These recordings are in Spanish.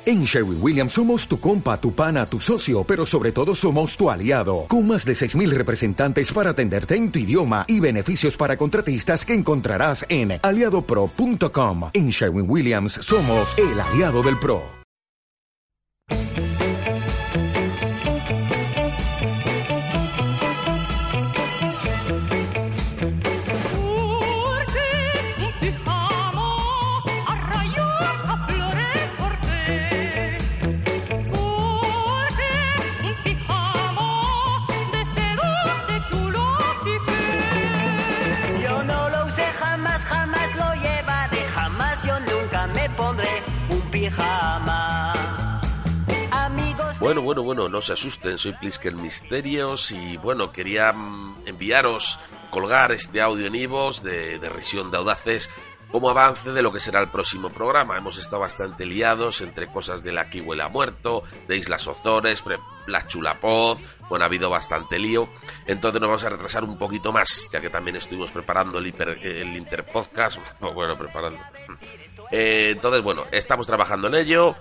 En Sherwin-Williams somos tu compa, tu pana, tu socio, pero sobre todo somos tu aliado, con más de 6,000 representantes para atenderte en tu idioma y beneficios para contratistas que encontrarás en aliadopro.com. En Sherwin-Williams somos el aliado del pro. Bueno, no se asusten, soy Plisken Misterios y bueno, quería colgar este audio en iVoox de Risión de Audaces como avance de lo que será el próximo programa. Hemos estado bastante liados entre cosas de La Aquí Huele a Muerto, de Islas Ozores, La Chulapoz, bueno, ha habido bastante lío, entonces nos vamos a retrasar un poquito más, ya que también estuvimos preparando el Interpodcast, preparando. Entonces, bueno, estamos trabajando en ello.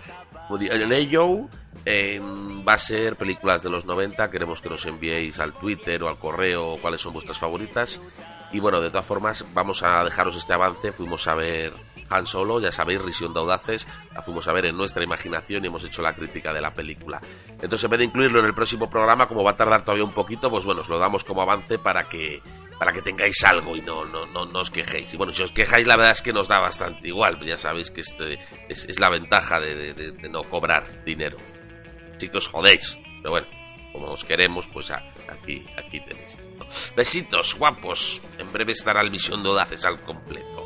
Va a ser películas de los 90. Queremos que nos enviéis al Twitter o al correo cuáles son vuestras favoritas. Y bueno, de todas formas, vamos a dejaros este avance. Fuimos a ver Han Solo, ya sabéis, Risión de Audaces. La fuimos a ver en nuestra imaginación y hemos hecho la crítica de la película. Entonces, en vez de incluirlo en el próximo programa, como va a tardar todavía un poquito, pues bueno, os lo damos como avance para que tengáis algo y no os quejéis. Y bueno, si os quejáis, la verdad es que nos da bastante igual. Ya sabéis que es la ventaja de no cobrar dinero. Si que os jodéis. Pero bueno, como os queremos, pues aquí tenéis esto. Besitos, guapos. En breve estará el Misión de Audaces al completo.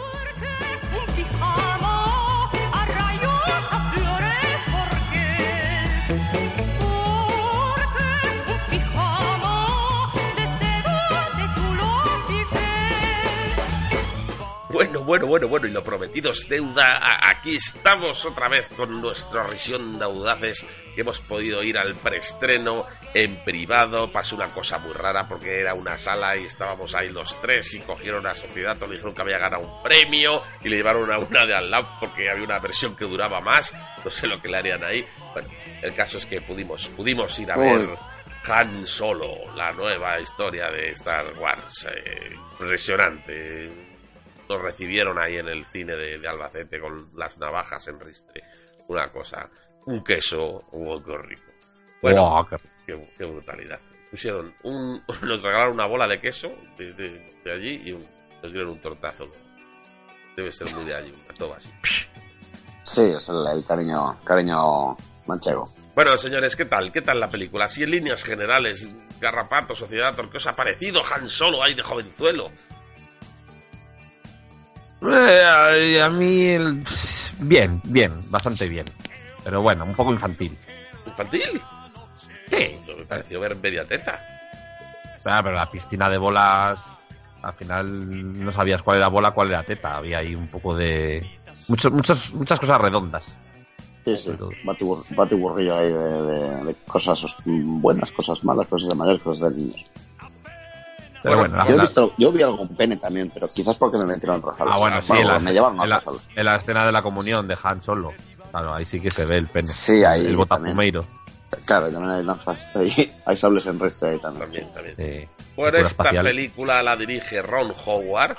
Bueno, y lo prometido es deuda. Aquí estamos otra vez con nuestra Risión de Audaces, que hemos podido ir al preestreno en privado. Pasó una cosa muy rara porque era una sala y estábamos ahí los tres y cogieron a Sociedad, le dijeron que había ganado un premio y le llevaron a una de al lado porque había una versión que duraba más. No sé lo que le harían ahí. Bueno, el caso es que pudimos ir a ver Han Solo, la nueva historia de Star Wars. Impresionante. Nos recibieron ahí en el cine de Albacete con las navajas en ristre. Una cosa, un queso, qué rico. Bueno, wow, qué brutalidad. Nos regalaron una bola de queso de allí y nos dieron un tortazo. Debe ser muy de allí, una toba así. Sí, es el cariño manchego. Bueno, señores, ¿qué tal la película? Así en líneas generales, Garrapato, Sociedad, ¿qué os ha parecido? Han Solo ahí de jovenzuelo. A mí, bien, bastante bien. Pero bueno, un poco infantil. ¿Infantil? Sí. Me pareció ver media teta. Pero la piscina de bolas, al final no sabías cuál era bola, cuál era teta. Había ahí un poco de... Muchas cosas redondas. Sí. Batiburrillo ahí de cosas buenas, cosas malas, cosas de mayores, cosas de niños. Pero bueno, yo vi algo con pene también, pero quizás porque me metieron rosales. Sí, me llevaron a rosales. En la escena de la comunión de Han Solo. Claro, ahí sí que se ve el pene. Sí, ahí. El botafumeiro. Claro, también hay lanzas. Hay sables en ristre ahí también. Sí. Bueno, esta película la dirige Ron Howard.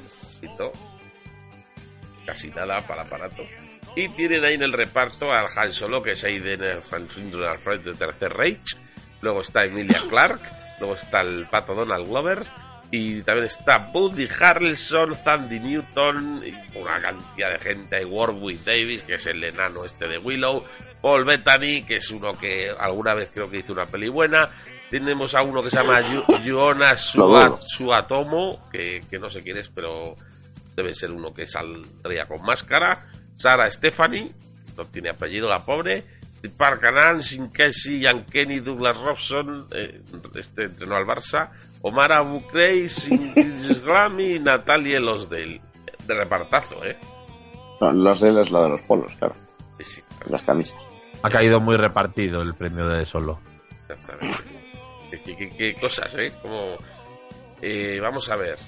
Casi nada para el aparato. Y tienen ahí en el reparto al Han Solo, que es Aiden Alfred de Tercer Reich. Luego está Emilia Clarke. Luego está el pato Donald Glover. Y también está Woody Harrelson, Thandie Newton y una cantidad de gente. Hay Warwick Davis, que es el enano de Willow. Paul Bettany, que es uno que alguna vez creo que hizo una peli buena. Tenemos a uno que se llama Jonas Suatomo, que no sé quién es, pero debe ser uno que saldría con máscara. Sarah Stephanie, no tiene apellido la pobre. Park Annan, Sin Casey, Ian Kenny, Douglas Robson, entrenó al Barça. Omar Abu Krey, Glammy y Natalie Losdale. De repartazo, Losdale es la de los polos, claro. Sí. Las camisas. Ha caído muy repartido el premio de Solo. Exactamente. ¿Qué cosas, Como, vamos a ver.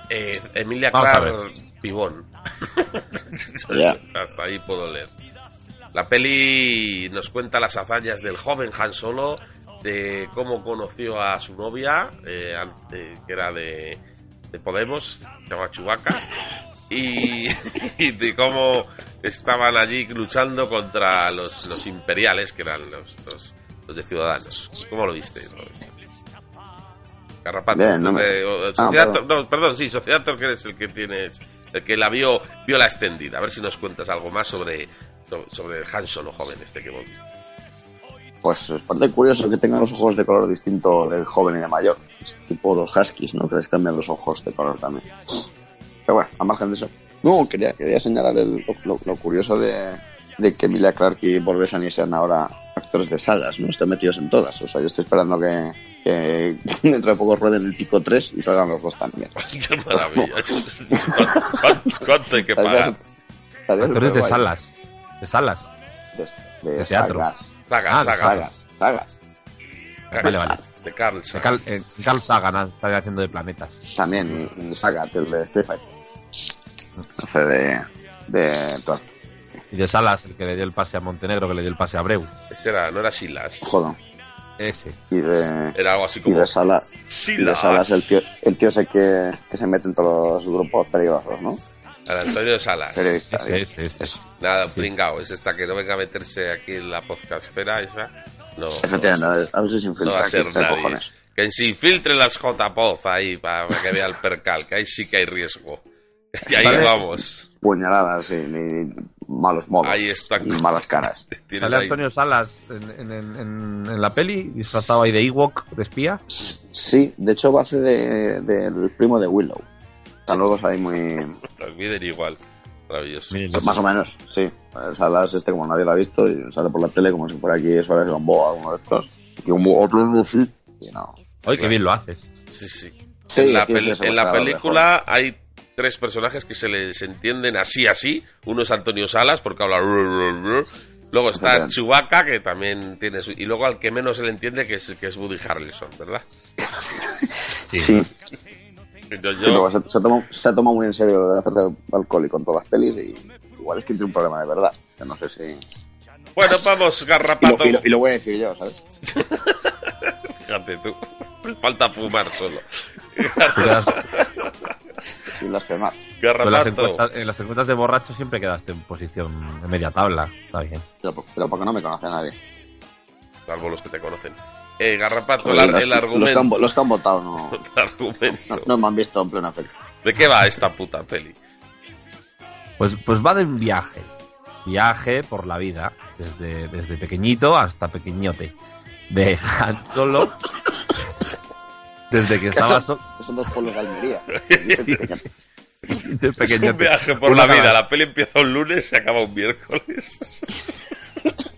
Emilia Clarke, pibón. Yeah. Hasta ahí puedo leer. La peli nos cuenta las hazañas del joven Han Solo, de cómo conoció a su novia, que era de Podemos, se llama Chewbacca, y de cómo estaban allí luchando contra los imperiales, que eran los de Ciudadanos. ¿Cómo lo viste? Garrapato. Bien, Sociedad que eres el que la vio la extendida. A ver si nos cuentas algo más sobre el Han Solo joven que hemos visto. Pues es parte curioso que tengan los ojos de color distinto del joven y del mayor. Es tipo los huskies, ¿no? Que les cambian los ojos de color también. Pero bueno, a margen de eso. No, quería señalar lo curioso de que Emilia Clarke y Paul Bettany sean ahora actores de sagas, ¿no? Están metidos en todas. O sea, yo estoy esperando que dentro de poco rueden el Pico 3 y salgan los dos también. ¡Qué maravilla! ¿Cuánto hay que pagar? Actores de salas. De salas. De teatro. Sagas. Vale. De Carl Sagan. Carl Sagan sale haciendo de planetas. También, y Sagat, el de Street Fighter. De todas. Y de Salas, el que le dio el pase a Montenegro, que le dio el pase a Abreu. Ese no era Silas. Joder. Ese. Era algo así como... Y de Salas el tío ese que se mete en todos los grupos peligrosos, ¿no? Antonio Salas. Ese. Nada, pringao. Es esta que no venga a meterse aquí en la podcastfera, esa. No. Efectivamente, a ver si se infiltra. No va a ser aquí, nadie. cojones. Que se infiltren las JPOZ ahí para que vea el percal, que ahí sí que hay riesgo. Y ahí vamos. Puñaladas, sí, ni malos modos. Ahí está. Ni malas caras. Sale Antonio Salas en la peli, disfrazado ahí de Ewok, de espía. Sí, de hecho va a ser del primo de Willow. Están los dos ahí muy... Olviden igual. Maravilloso. Pues más o menos, sí. Salas como nadie lo ha visto y sale por la tele como si fuera aquí Suárez Gamboa, alguno de estos. Y otro sí. Y no. Oye, qué bien lo haces. Sí. Sí, en la película hay 3 personajes que se les entienden así. Uno es Antonio Salas, porque habla... Luego está Chewbacca, que también tiene su... Y luego al que menos se le entiende, que es Woody Harrelson, ¿verdad? Sí. Se toma muy en serio el hacer de alcohólico en todas las pelis y igual es que tiene un problema de verdad. Que no sé si... Bueno, vamos, Garrapato. Y lo voy a decir yo, ¿sabes? Fíjate tú. Falta fumar solo. Y las demás. En las encuestas de borracho siempre quedaste en posición de media tabla. Está bien. Pero porque no me conoce nadie. Salvo los que te conocen. Garrapato, el argumento. Los que han votado no. El argumento. No me han visto en pleno efecto. ¿De qué va esta puta peli? Pues va de un viaje. Viaje por la vida. Desde pequeñito hasta pequeñote. De Han Solo. Desde que estaba Son 2 pueblos de Almería. Es un viaje por la vida. La peli empieza un lunes y se acaba un miércoles.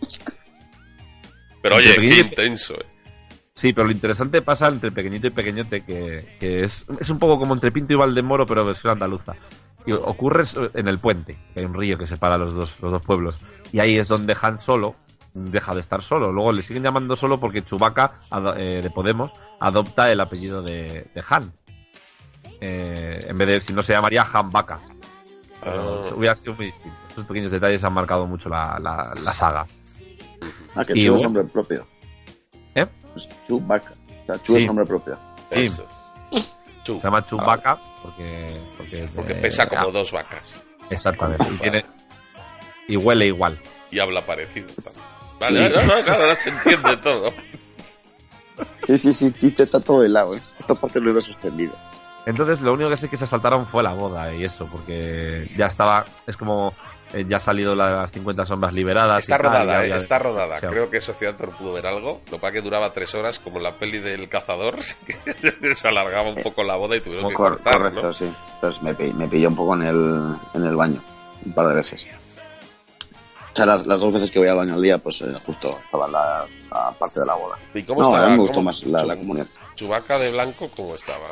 Pero oye, qué intenso. Sí, pero lo interesante pasa entre pequeñito y pequeñote, que es un poco como entre Pinto y Valdemoro, pero versión andaluza. Y ocurre en el puente, que hay un río que separa los dos pueblos. Y ahí es donde Han Solo deja de estar solo. Luego le siguen llamando Solo porque Chewbacca, de Podemos, adopta el apellido de Han. En vez de, si no, se llamaría Han Vaca. Hubiera sido muy distinto. Esos pequeños detalles han marcado mucho la saga. Que Chew es nombre propio. Pues Chewbacca. O sea, Chew es nombre propio. Sí. Se llama Chewbacca porque pesa como 2 vacas. Exactamente. Y huele igual. Y habla parecido. Vale, claro, ahora se entiende todo. Sí, dice está todo helado, ¿eh? Esta parte lo he sostenido. Entonces lo único que sé que se saltaron fue la boda y eso, porque ya estaba, es como ya ha salido las 50 sombras liberadas. Está rodada, está rodada. Creo que Sociedad pudo ver algo. Lo que pasa que duraba 3 horas, como en la peli del cazador, que se alargaba un poco la boda y tuvieron que cortar, correcto, ¿no? Sí. Entonces me pilló un poco en el baño, un par de veces. O sea, las 2 veces que voy al baño al día, pues justo estaba en la parte de la boda. ¿Y cómo estaba? A mí me gustó más la comunión. ¿Chewbacca de blanco cómo estaba?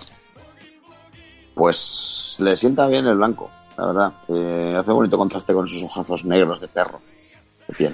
Pues le sienta bien el blanco, la verdad. Hace bonito contraste con esos ojazos negros de perro que tiene.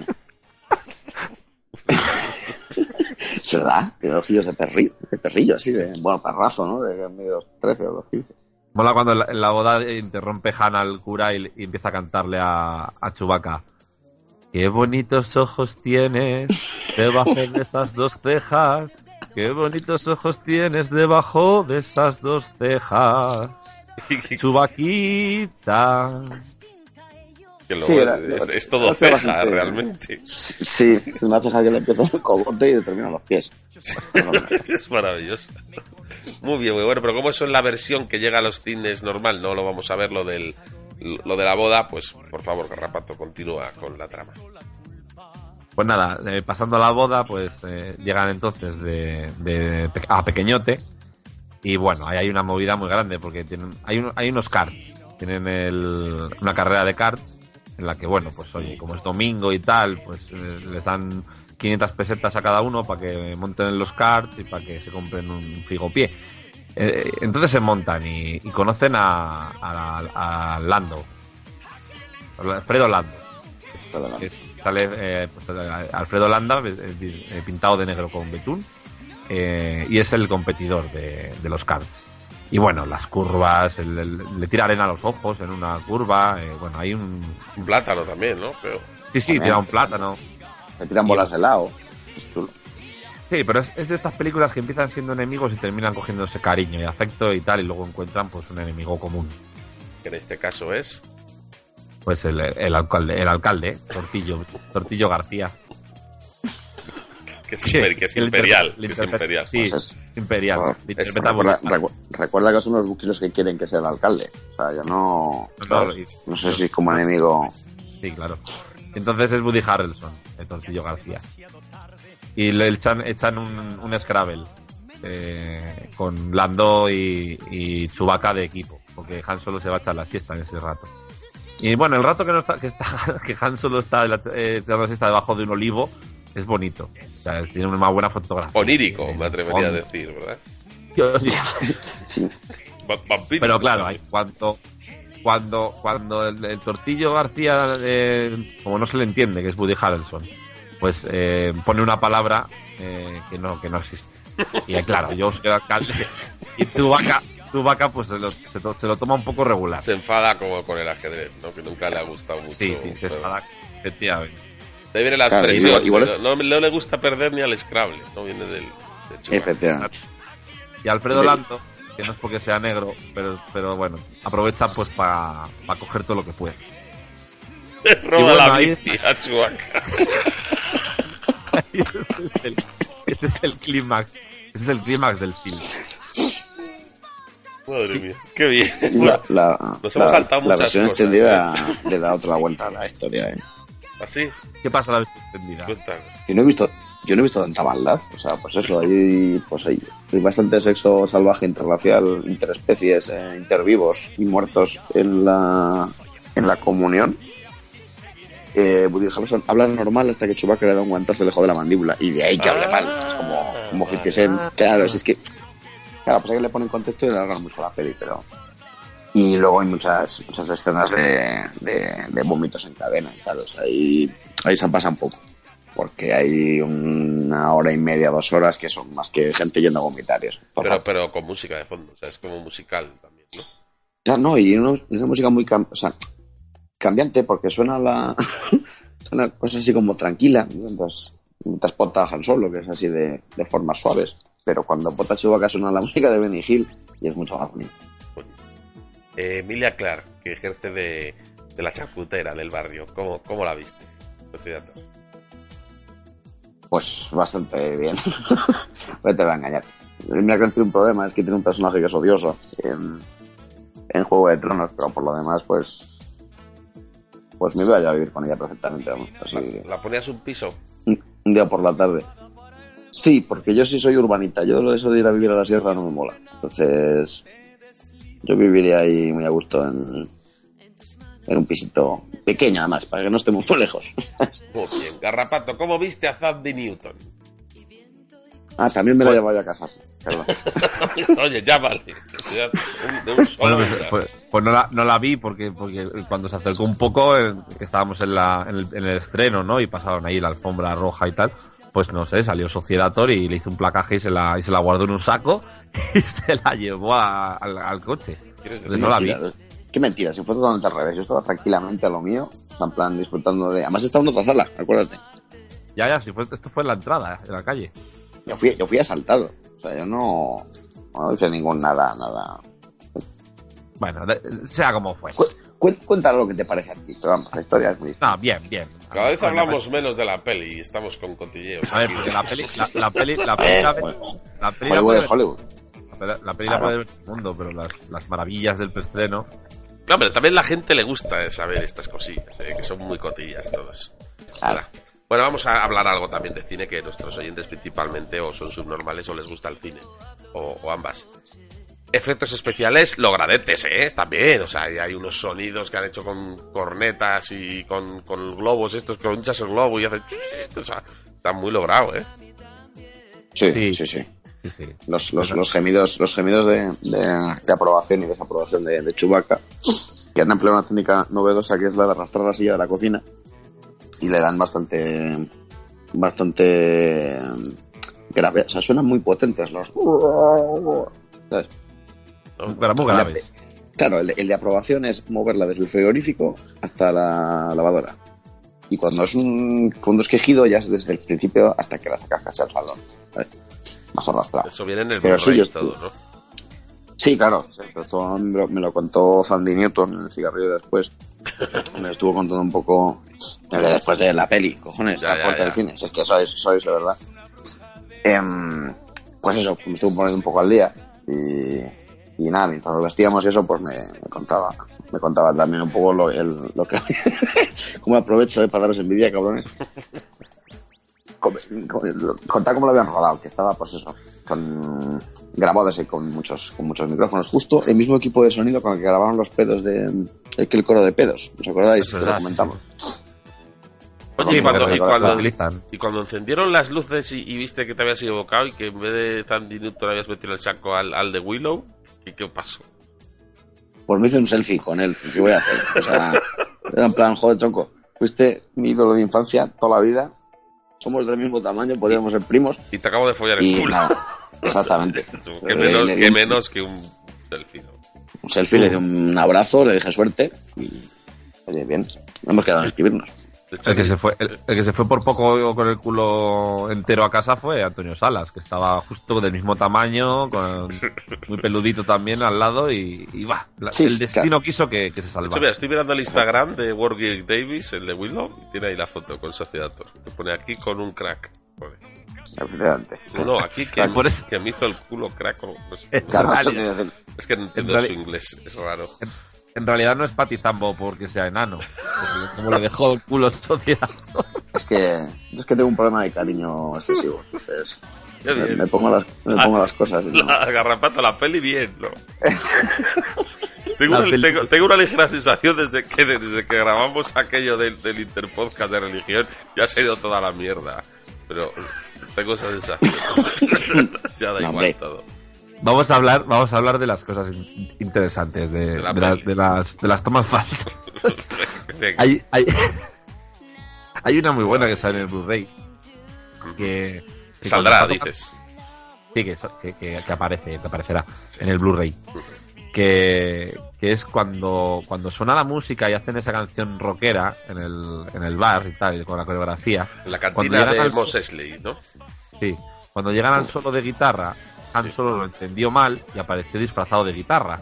Es verdad, tiene ojillos de perrillo, así de, bueno, parrazo, ¿no? De medio 13 o 12. Mola cuando en la boda interrumpe Han al cura y empieza a cantarle a Chewbacca. Qué bonitos ojos tienes debajo de esas dos cejas. Qué bonitos ojos tienes debajo de esas dos cejas. Chubaquita. Que luego Sí, es todo ceja, realmente. Sí, es una ceja que le empieza en el cogote y termina en los pies. Es maravilloso. Muy bien, bueno, pero como eso es la versión que llega a los cines normal, no lo vamos a ver lo de la boda, pues por favor, Garrapato, continúa con la trama. Pues nada, pasando a la boda, pues llegan entonces a Pequeñote. Y bueno, ahí hay una movida muy grande porque hay unos karts. Tienen una carrera de karts en la que, bueno, pues oye, como es domingo y tal, pues les dan 500 pesetas a cada uno para que monten en los karts y para que se compren un frigopié. Entonces se montan y conocen a Lando, Alfredo Lando. Sale pues, Alfredo Landa pintado de negro con betún, y es el competidor de los karts. Y bueno, las curvas, le tira arena a los ojos en una curva, bueno, hay un plátano también, ¿no? Pero... Sí, tira un plátano. Le tiran bolas de helado. Es chulo. Sí, pero es de estas películas que empiezan siendo enemigos y terminan cogiéndose cariño y afecto y tal, y luego encuentran pues un enemigo común. Que en este caso es... Pues el alcalde, Tortillo García. Que es imperial. Sí, pues es imperial. Recuerda que son los buques los que quieren que sea el alcalde. O sea, yo no sé si es como enemigo. Sí, claro. Entonces es Woody Harrelson, el Tortillo García. Y le echan un Scrabble con Lando y Chewbacca de equipo, porque Han Solo se va a echar la siesta en ese rato. Y bueno, el rato que Han Solo está echando la siesta debajo de un olivo es bonito. O sea, tiene una buena fotografía. Onírico, me atrevería a decir, ¿verdad? Sí. Vampiro. Pero claro, cuando el Tortillo García, como no se le entiende que es Woody Harrelson, pues pone una palabra que no existe. Y claro, yo soy el alcalde y Chewbacca pues se lo toma un poco regular. Se enfada como con el ajedrez, ¿no? Que nunca le ha gustado mucho. Sí, se enfada, efectivamente. De ahí viene la expresión. No le gusta perder ni al Scrabble, no viene del Chewbacca. Efectivamente. Y Alfredo Lando, que no es porque sea negro, pero bueno, aprovecha pues para coger todo lo que puede. Le roba la bici a Chewbacca. Ese es el clímax. Ese es el clímax del film. Madre mía, qué bien. Nos hemos saltado muchas cosas. La versión extendida le da otra vuelta a la historia. ¿Así? ¿Qué pasa la versión extendida? Cuéntanos. Yo no he visto tanta maldad. O sea, pues eso, hay bastante sexo salvaje, interracial, interespecies, intervivos y muertos en la comunión. Woody Harrelson habla normal hasta que Chewbacca le da un guantazo y le jode la mandíbula. Y de ahí que hable mal. Es como 50 Cent. Claro, es que... Claro, pues ahí le ponen contexto y le alargan mucho la peli, pero... Y luego hay muchas escenas de vómitos en cadena y tal. O sea, ahí se pasa un poco. Porque hay 1 hora y media, 2 horas que son más que gente yendo a vomitar. Pero con música de fondo, o sea, es como musical también, ¿no? Ya, no, y una música muy cambiante, porque suena suena cosa así como tranquila, mientras pota Han Solo, que es así de formas suaves. Pero cuando pota Chewbacca suena la música de Benny Hill y es mucho más bonito. Emilia Clarke, que ejerce de la charcutera del barrio, ¿cómo la viste? Pues bastante bien. No te va a engañar. Emilia Clarke tiene un problema, es que tiene un personaje que es odioso en Juego de Tronos, pero por lo demás, pues me voy a vivir con ella perfectamente. Vamos, así. ¿La ponías un piso? Un día por la tarde. Sí, porque yo sí soy urbanita. Yo lo de eso de ir a vivir a la sierra no me mola. Entonces, yo viviría ahí muy a gusto en un pisito pequeño, además, para que no estemos muy lejos. Muy bien. Garrapato, ¿cómo viste a Thandie Newton? También me la llevo a casa. Oye, ya vale. Bueno, pues no la vi porque cuando se acercó un poco, que estábamos en el estreno, ¿no? Y pasaron ahí la alfombra roja y tal. Pues no sé, salió Sociedator y le hizo un placaje y se la guardó en un saco y se la llevó al coche. ¿Quieres decir? No la vi. Qué mentira, se fue totalmente al revés. Yo estaba tranquilamente a lo mío, en plan disfrutando de... Además estaba en otra sala, acuérdate. Ya, sí, esto fue en la entrada, en la calle. Yo fui asaltado. O sea, yo no hice ningún nada. Bueno, sea como fue. Cuéntalo lo que te parece a ti, pero vamos, la historia es muy distinta. No, bien. Cada vez hablamos menos de la peli y estamos con cotilleos. A ver, porque la peli la peli Hollywood. La peli la puede ver todo el mundo, pero las maravillas del preestreno. No, pero también la gente le gusta saber estas cosillas, que son muy cotillas todos. Claro. Bueno, vamos a hablar algo también de cine, que nuestros oyentes principalmente o son subnormales o les gusta el cine, o ambas. Efectos especiales logradetes, también, o sea, hay unos sonidos que han hecho con cornetas y con globos estos, que hinchas el globo y hacen... O sea, está muy logrado, Sí. Los gemidos de aprobación y desaprobación de Chewbacca, que han empleado una técnica novedosa que es la de arrastrar la silla de la cocina y le dan bastante grave, o sea, suenan muy potentes los... ¿Sabes? Pero muy graves. Claro, el de aprobación es moverla desde el frigorífico hasta la lavadora. Y cuando es quejido ya es desde el principio hasta que la sacas casi al salón, ¿sabes? Más arrastrado. Eso viene en el Blu-ray y todo, ¿no? Sí, claro. Esto me lo contó Sandy Newton en el cigarrillo después. Me lo estuvo contando un poco después de la peli, cojones, la puerta del cine. Si es que sois de verdad. Pues eso, me estuvo poniendo un poco al día. Y nada, mientras nos vestíamos y eso, pues me contaba también un poco lo que... Cómo aprovecho, para daros envidia, cabrones. Contar cómo lo habían rodado, que estaba, pues eso, grabado así con muchos micrófonos. Justo el mismo equipo de sonido con el que grabaron los pedos el coro de pedos. ¿Os acordáis? Verdad, lo comentamos. Sí. Oye, y cuando encendieron las luces y viste que te habías equivocado y que en vez de Sandy Newton habías metido el saco al de Willow, ¿qué pasó? Pues me hice un selfie con él. ¿Qué voy a hacer? O sea, era en plan, joder, tronco. Fuiste mi ídolo de infancia toda la vida. Somos del mismo tamaño, podríamos ser primos. Y te acabo de follar el culo. Nada, exactamente. que menos que un selfie, ¿no? Un selfie, le di un abrazo, le dije suerte y... Oye, bien, no hemos quedado en escribirnos. El que se fue por poco con el culo entero a casa fue Antonio Salas, que estaba justo del mismo tamaño, muy peludito también al lado y va. El destino quiso que se salvara. Mira, estoy mirando el Instagram de Warwick Davis, el de Willow, y tiene ahí la foto con Sociedad. Que pone aquí con un crack. No, aquí que me hizo el culo crack. Pues, es que no entiendo su inglés, es raro. En realidad no es Pati Zambo porque sea enano, porque como le dejó el culo Sociedad. Es que tengo un problema de cariño excesivo, entonces me pongo las cosas. La garrapata, la peli bien, ¿no? Tengo una ligera sensación desde que grabamos aquello del Interpodcast de religión, ya se ha ido toda la mierda. Pero tengo esa sensación. Ya da igual todo. Vamos a hablar de las cosas interesantes, de las tomas falsas. hay una muy buena que sale en el Blu-ray. Que saldrá, dices. Sí, que aparecerá en el Blu-ray. Que es cuando suena la música y hacen esa canción rockera en el bar y tal, con la coreografía. En la cantina de Mos Eisley, ¿no? Sí. Cuando llegan al solo de guitarra, Han Solo lo entendió mal y apareció disfrazado de guitarra.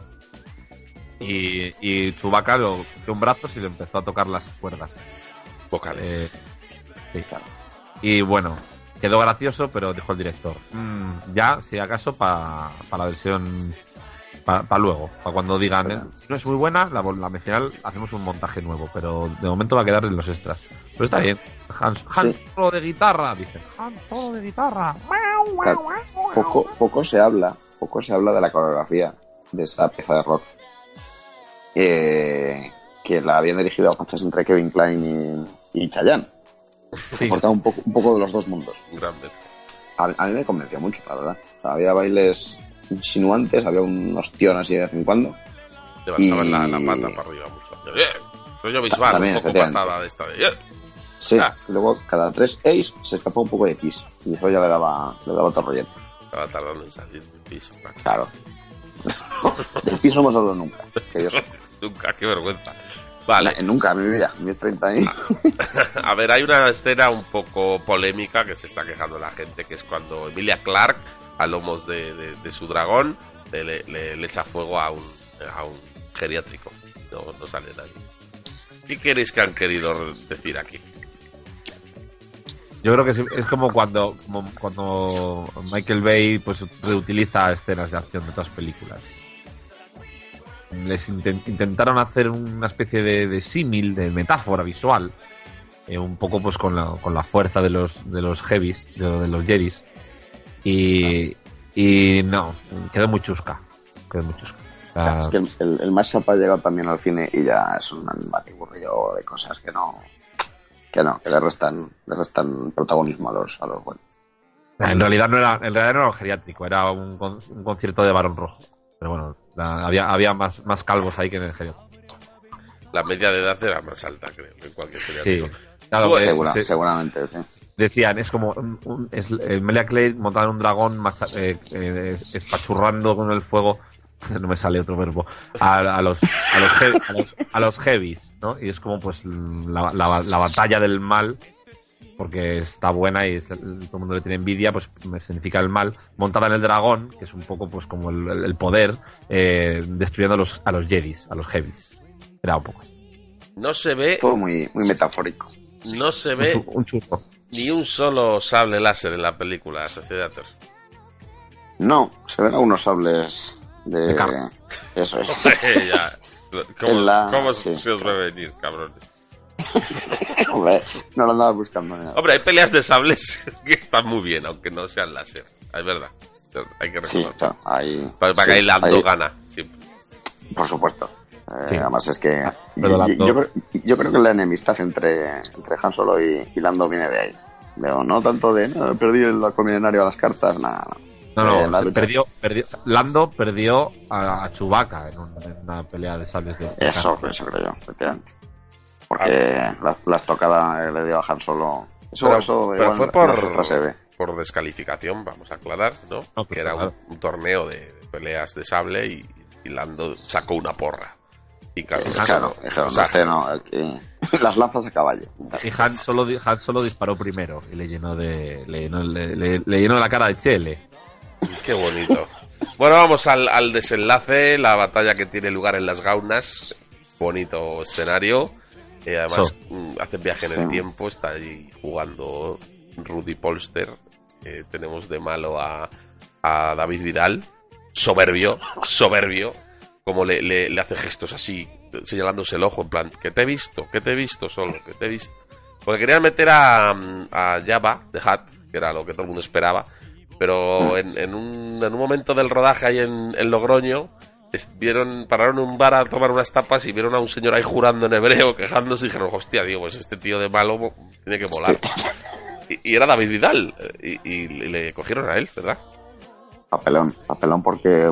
Y Chewbacca lo cogió un brazo y le empezó a tocar las cuerdas vocales. Sí, claro. Y bueno, quedó gracioso, pero dijo el director: ya, si acaso, para la versión. Para luego, para cuando digan, si no es muy buena, la final hacemos un montaje nuevo, pero de momento va a quedar en los extras. Pero está bien. Han Solo de guitarra, dicen. Han Solo de guitarra. Claro, poco se habla de la coreografía de esa pieza de rock. Que la habían dirigido a panchas entre Kevin Kline y Chayanne. Sí. Portaba un poco de los dos mundos. Grande. A mí me convenció mucho, la verdad. O sea, había bailes insinuantes, había unos tíos así de vez en cuando. Levantaban la pata para arriba mucho. Rollo visual, un poco patada de esta de... Sí, y luego cada 3 ace se escapó un poco de pis. Y eso ya le daba otro rollete. Estaba tardando en salir del piso. Claro. Del piso no hemos hablado nunca. Que Dios. Nunca, qué vergüenza. Vale. Nunca en mi vida, mi 30 años. A ver, hay una escena un poco polémica que se está quejando la gente, que es cuando Emilia Clarke, a lomos de su dragón, le echa fuego a un geriátrico. No sale nadie. ¿Qué queréis que han querido decir aquí? Yo creo que es como cuando Michael Bay pues reutiliza escenas de acción de otras películas. Les intentaron hacer una especie de símil, de metáfora visual, un poco pues con la fuerza de los heavies, de los Jedis, y no, quedó muy chusca. O sea, es que el mashup ha llegado también al cine y ya es un batiburrillo de cosas que le restan protagonismo a los buenos. En realidad no era un geriátrico, era un concierto de Barón Rojo. Pero bueno, había más calvos ahí que en el geriátrico. La media de edad era más alta, creo, en cualquier geriátrico. Sí, claro, seguramente, sí. Decían, es como Emilia Clarke montada en un dragón espachurrando con el fuego, no me sale otro verbo, a los heavies, ¿no? Y es como pues la batalla del mal, porque está buena y todo el mundo le tiene envidia, pues significa el mal, montada en el dragón, que es un poco pues como el poder, destruyendo a los Jedis, a los heavies. Era un poco así. No se ve... Todo muy, muy metafórico. No se ve un churro. Ni un solo sable láser en la película Sociedator. No, se ven algunos sables de eso es. ¿Cómo sí. se os va a venir, cabrones? Hombre, no lo andaba buscando nada. Hombre, hay peleas de sables que están muy bien, aunque no sean láser. Es verdad. Hay que recordar. Sí, claro, para que ahí Lando gana siempre. Por supuesto. Sí. Además es que yo creo que la enemistad entre Han Solo y Lando viene de ahí. Pero no tanto de he perdido el arco milenario a las cartas, nada. No, Lando perdió a Chewbacca en una pelea de sables de eso creo yo, efectivamente. Porque la estocada le dio a Han Solo. Pero fue por descalificación, vamos a aclarar, ¿no? Que era un torneo de peleas de sable y Lando sacó una porra. Y claro, las lanzas a caballo. Y Han solo disparó primero y le llenó la cara de chele. Qué bonito. Bueno, vamos al desenlace, la batalla que tiene lugar en las Gaunas. Bonito escenario. Además, hacen viaje en el tiempo. Está ahí jugando Rudy Polster. Tenemos de malo a David Vidal. Soberbio. Como le hace gestos así, señalándose el ojo, en plan, que te he visto solo, que te he visto. Porque querían meter a Jabba the Hutt, que era lo que todo el mundo esperaba, pero en un momento del rodaje ahí en Logroño, pararon en un bar a tomar unas tapas y vieron a un señor ahí jurando en hebreo, quejándose, y dijeron, hostia, digo, pues este tío de malo tiene que molar. Y era David Vidal, y le cogieron a él, ¿verdad? Papelón porque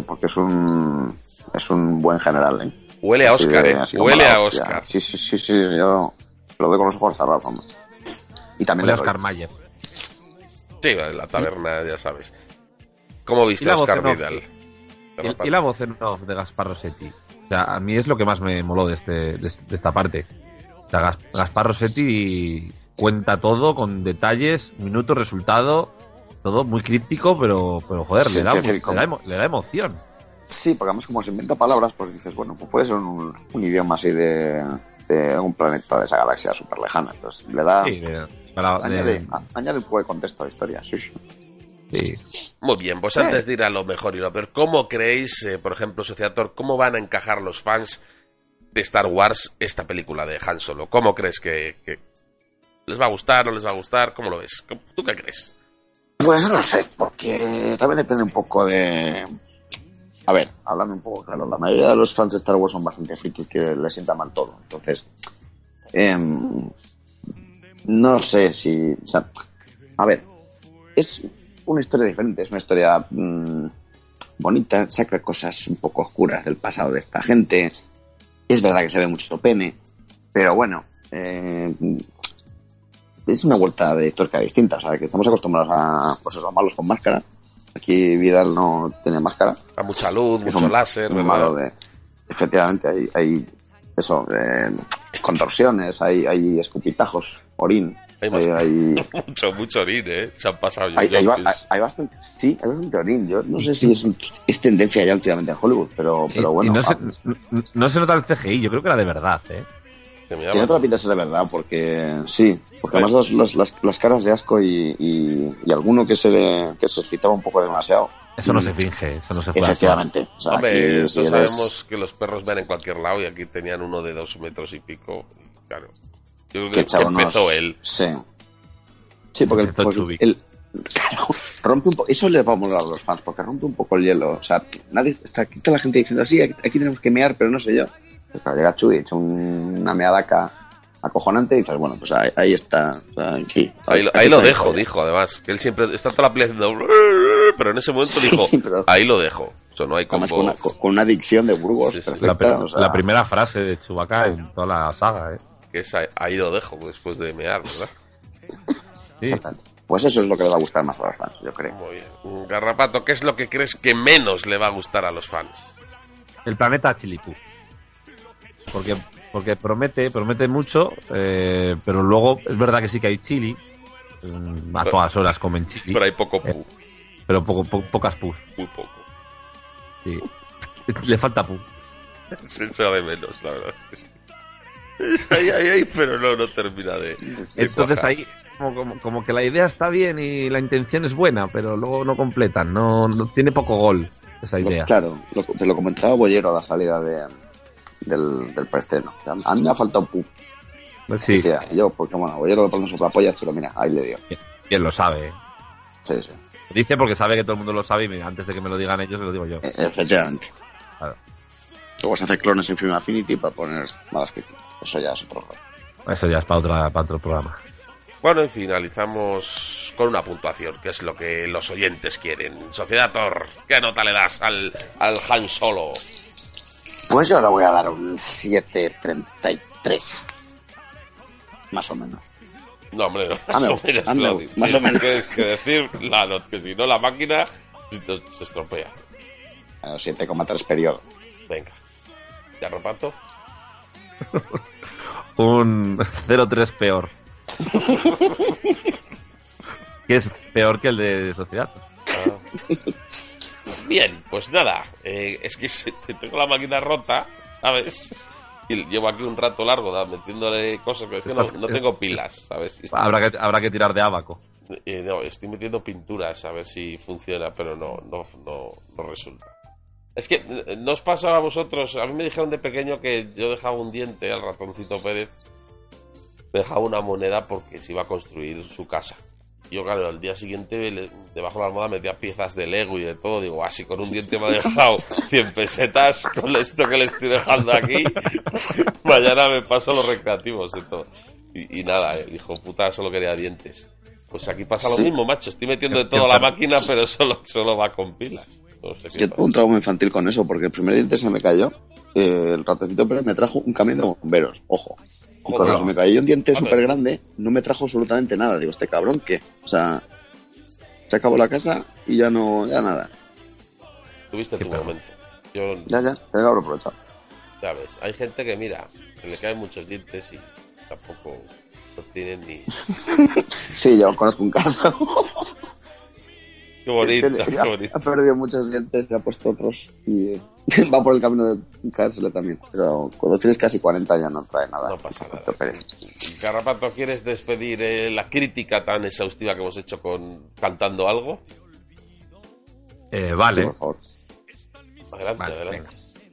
es un buen general, ¿eh? Huele a Oscar, huele a Oscar. Sí, yo lo veo con los ojos cerrados, vamos. Y también huele a Oscar Mayer. Sí, la taberna, ya sabes. ¿Cómo viste a Oscar Vidal? Y la voz en off de Gaspar Rossetti. O sea, a mí es lo que más me moló de esta parte. O sea, Gaspar Rossetti cuenta todo con detalles, minuto, resultado, todo muy crítico, pero joder, sí, le da emoción. Sí, porque además como se inventa palabras, pues dices, bueno, pues puede ser un idioma así de un planeta de esa galaxia súper lejana. Entonces le da... Sí, añade un poco de contexto a la historia, sí. Muy bien, pues antes de ir a lo mejor y lo peor, ¿cómo creéis, por ejemplo, Sociator, cómo van a encajar los fans de Star Wars esta película de Han Solo? ¿Cómo crees que les va a gustar, no les va a gustar? ¿Cómo lo ves? ¿Tú qué crees? Pues no sé, porque también depende un poco de... A ver, hablando un poco claro, la mayoría de los fans de Star Wars son bastante frikis que les sienta mal todo. Entonces, no sé si... O sea, a ver, es una historia diferente, es una historia bonita, saca cosas un poco oscuras del pasado de esta gente. Es verdad que se ve mucho pene, pero bueno, es una vuelta de tuerca distinta. O sea, que estamos acostumbrados a malos con máscara. aquí Vidal no tiene máscara. A mucha luz, Es mucho láser, un ¿verdad? malo efectivamente, hay eso, contorsiones, hay escupitajos, orín. Hay más hay mucho orín, ¿eh? Se han pasado hay bastante, sí, hay bastante orín. Yo no sé si es tendencia ya últimamente en Hollywood, pero bueno. Y no se nota el CGI, yo creo que era de verdad, ¿eh? Tiene toda la pinta de ser de verdad, porque sí, porque además las caras de asco y alguno que se excitaba un poco demasiado. Eso no se finge, eso no se puede. Efectivamente. O sea, hombre, aquí, si sabemos que los perros ven en cualquier lado y aquí tenían uno de 2 metros y pico. Y claro, yo creo que empezó él. Sí. Sí, porque claro, rompe un poco. Eso le va a molar a los fans, porque rompe un poco el hielo. O sea, está aquí toda la gente diciendo, sí, aquí tenemos que mear, pero no sé yo. Pues para llegar Chuy, hecho una meadaca acojonante y dices, bueno, pues ahí está. O sea, aquí, ahí lo dejo, dijo además. Que él siempre está toda la pelea diciendo, pero en ese momento dijo, ahí lo dejo. O sea, no hay como... con una dicción de Burgos perfecta. La primera frase de Chewbacca en toda la saga, ¿eh? Que es ahí lo dejo después de mear, ¿verdad? Sí. Pues eso es lo que le va a gustar más a los fans, yo creo. Muy bien. Garrapato, ¿qué es lo que crees que menos le va a gustar a los fans? El planeta Chilipú. Porque promete mucho, pero luego es verdad que sí que hay chili. A todas horas comen chili. Pero hay poco pu. Pero pocas pus. Muy poco. Sí. Le falta pu. Se echa de menos, la verdad. Ahí, pero no termina de entonces cuajar. ahí como que la idea está bien y la intención es buena, pero luego no completan, no tiene poco gol esa idea. Claro, te lo comentaba Bollero a la salida del preestreno. A mí me ha faltado pu. Sí. O sea, yo, porque bueno, Bollero le pone soplapollas, pero mira, ahí le dio. Quien lo sabe. Sí. Dice porque sabe que todo el mundo lo sabe y mira, antes de que me lo digan ellos, se lo digo yo. Efectivamente. Claro. Luego se hace clones en Film Affinity para poner malas críticas. Eso ya es otro juego. Eso ya es para otro programa. Bueno, y finalizamos con una puntuación, que es lo que los oyentes quieren. Sociedad Thor, ¿qué nota le das al Han Solo? Pues yo le voy a dar un 7.33. Más o menos. No, hombre, no, más o menos. Más o menos. Tienes que decir la nota, que si no la máquina se estropea. 7,3 periodo. Venga. ¿Ya reparto? Un 0,3 peor. Que es peor que el de Sociedad. Bien, pues nada. Es que tengo la máquina rota, ¿sabes? Y llevo aquí un rato largo metiéndole cosas, pero es que no tengo pilas, ¿sabes? Habrá que tirar de abaco. No, estoy metiendo pinturas a ver si funciona, pero no resulta. Es que no os pasa a vosotros. A mí me dijeron de pequeño que yo dejaba un diente al ratoncito Pérez. Me dejaba una moneda porque se iba a construir su casa. Yo, claro, al día siguiente debajo de la almohada metía piezas de Lego y de todo. Digo, así con un diente me ha dejado 100 pesetas con esto que le estoy dejando aquí. Mañana me paso los recreativos y todo. Y nada, el hijo puta solo quería dientes. Pues aquí pasa lo mismo, macho. Estoy metiendo de todo a la máquina, pero solo va con pilas. No sé yo tuve un trauma infantil con eso, porque el primer diente se me cayó. El ratoncito Pérez me trajo un camión de bomberos, ojo. Y cuando se me cayó un diente súper grande, no me trajo absolutamente nada. Digo, este cabrón, ¿qué? O sea, se acabó la casa y ya nada. Tuviste tu momento. Yo, ya, tengo que aprovechar. Ya ves, hay gente que mira, que le caen muchos dientes y tampoco no tienen ni... Sí, yo conozco un caso. Qué bonito, qué bonito. Ha perdido muchos dientes y ha puesto otros y va por el camino de caérsele también. Pero cuando tienes casi 40 ya no trae nada. No pasa nada. Garrapato, ¿quieres despedir la crítica tan exhaustiva que hemos hecho cantando algo? Vale. Sí, por favor. Adelante.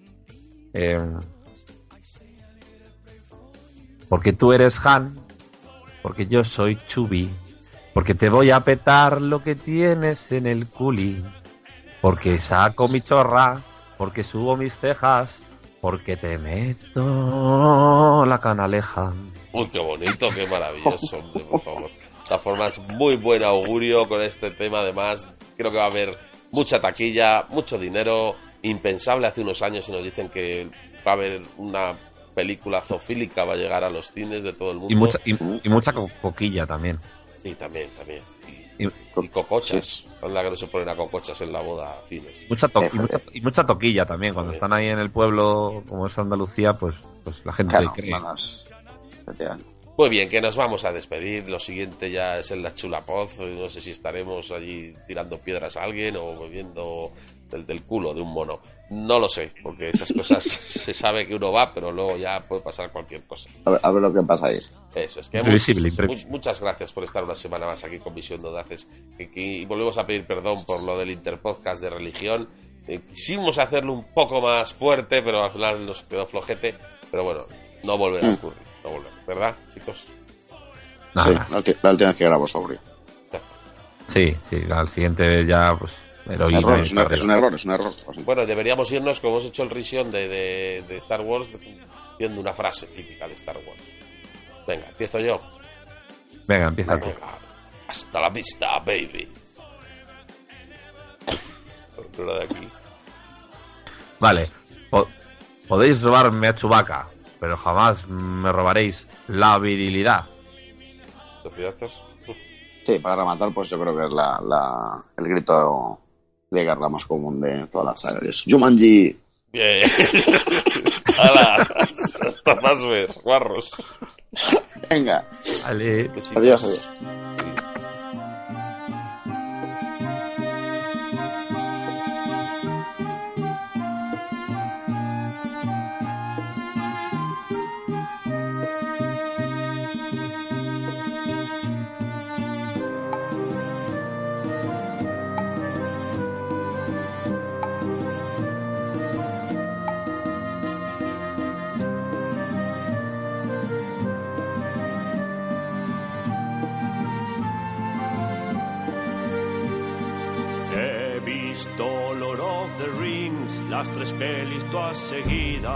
Porque tú eres Han, porque yo soy Chubby, porque te voy a petar lo que tienes en el culi, porque saco mi chorra, porque subo mis cejas, porque te meto la canaleja. Uy, qué bonito, qué maravilloso, hombre, por favor. De todas formas, muy buen augurio con este tema. Además, creo que va a haber mucha taquilla, mucho dinero. Impensable hace unos años y nos dicen que va a haber una película zoofílica, va a llegar a los cines de todo el mundo. Y mucha coquilla también. Sí, también. Y cocochas. Es la que no se ponen a cocochas en la boda fines. Mucha toquilla también. Cuando están ahí en el pueblo, como es Andalucía, pues la gente Claro, cree. Muy bien, que nos vamos a despedir. Lo siguiente ya es en la Chulapoz. No sé si estaremos allí tirando piedras a alguien o bebiendo del culo de un mono. No lo sé, porque esas cosas se sabe que uno va, pero luego ya puede pasar cualquier cosa. A ver lo que pasa ahí. Eso es que Imprevisible. muchas gracias por estar una semana más aquí con Visión de Audaces. Y volvemos a pedir perdón por lo del interpodcast de religión. Quisimos hacerlo un poco más fuerte, pero al final nos quedó flojete. Pero bueno, no volverá a ocurrir. No volverá, ¿verdad, chicos? Nada. Sí, la última vez que grabo sobre. Sí, al siguiente ya, pues... Es un error. Bueno, deberíamos irnos, como hemos hecho el risión de Star Wars, diciendo una frase típica de Star Wars. Venga, empiezo yo. Venga, empieza tú. Hasta la vista, baby. Lo de aquí. Vale. Podéis robarme a Chewbacca, pero jamás me robaréis la virilidad. ¿Sociatos? Sí, para rematar, pues yo creo que es el grito de guerra más común de todas las sagas. Jumanji. Bien. ¡Hala! Hasta más ver, guarros. Venga. Vale. Besitos. Adiós. He visto Lord of the Rings, las 3 pelis todas seguidas,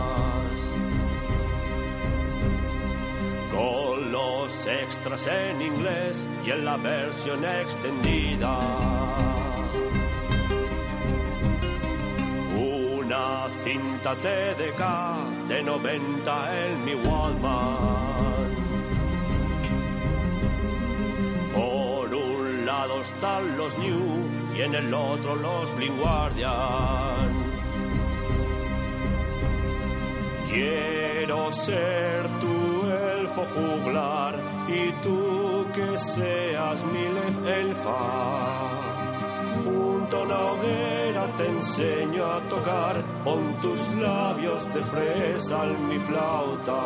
con los extras en inglés y en la versión extendida. Una cinta TDK de 90 en mi Walkman. Por un lado están los New y en el otro los Blind Guardian. Quiero ser tu elfo juglar y tú que seas mi elfa. Junto a la hoguera te enseño a tocar, pon tus labios de fresa en mi flauta.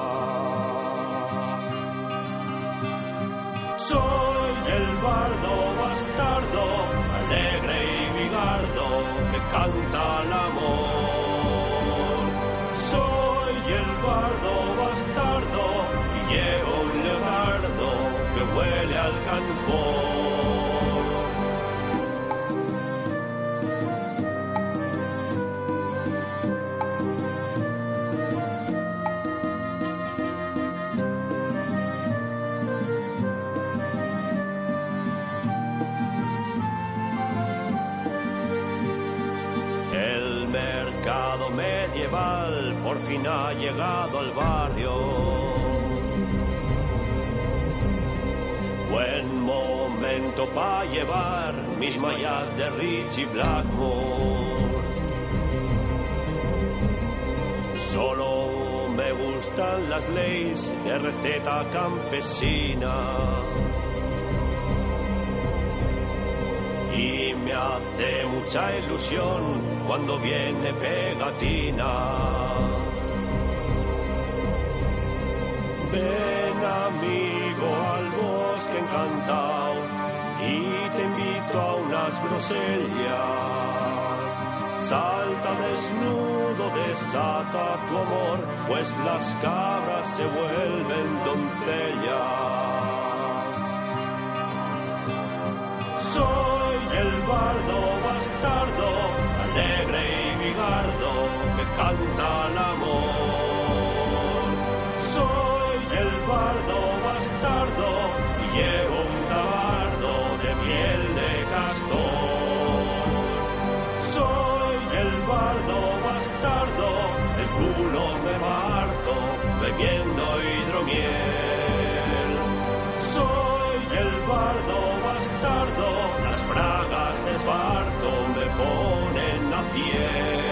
Soy el bardo bastardo, alegre y bigardo, que canta el amor. Soy el bardo bastardo y llevo un leotardo que huele al alcanfor. Medieval por fin ha llegado al barrio. Buen momento para llevar mis mallas de Richie Blackmore. Solo me gustan las leyes de receta campesina. Y me hace mucha ilusión cuando viene pegatina. Ven amigo al bosque encantado y te invito a unas grosellas. Salta desnudo, desata tu amor, pues las cabras se vuelven doncellas. Soy el bardo bastardo, alegre y bigardo, que canta el amor. Soy el bardo bastardo y llevo un tabardo de piel de castor. Soy el bardo bastardo, el culo me parto bebiendo hidromiel. Soy el bardo bastardo ponen a 100.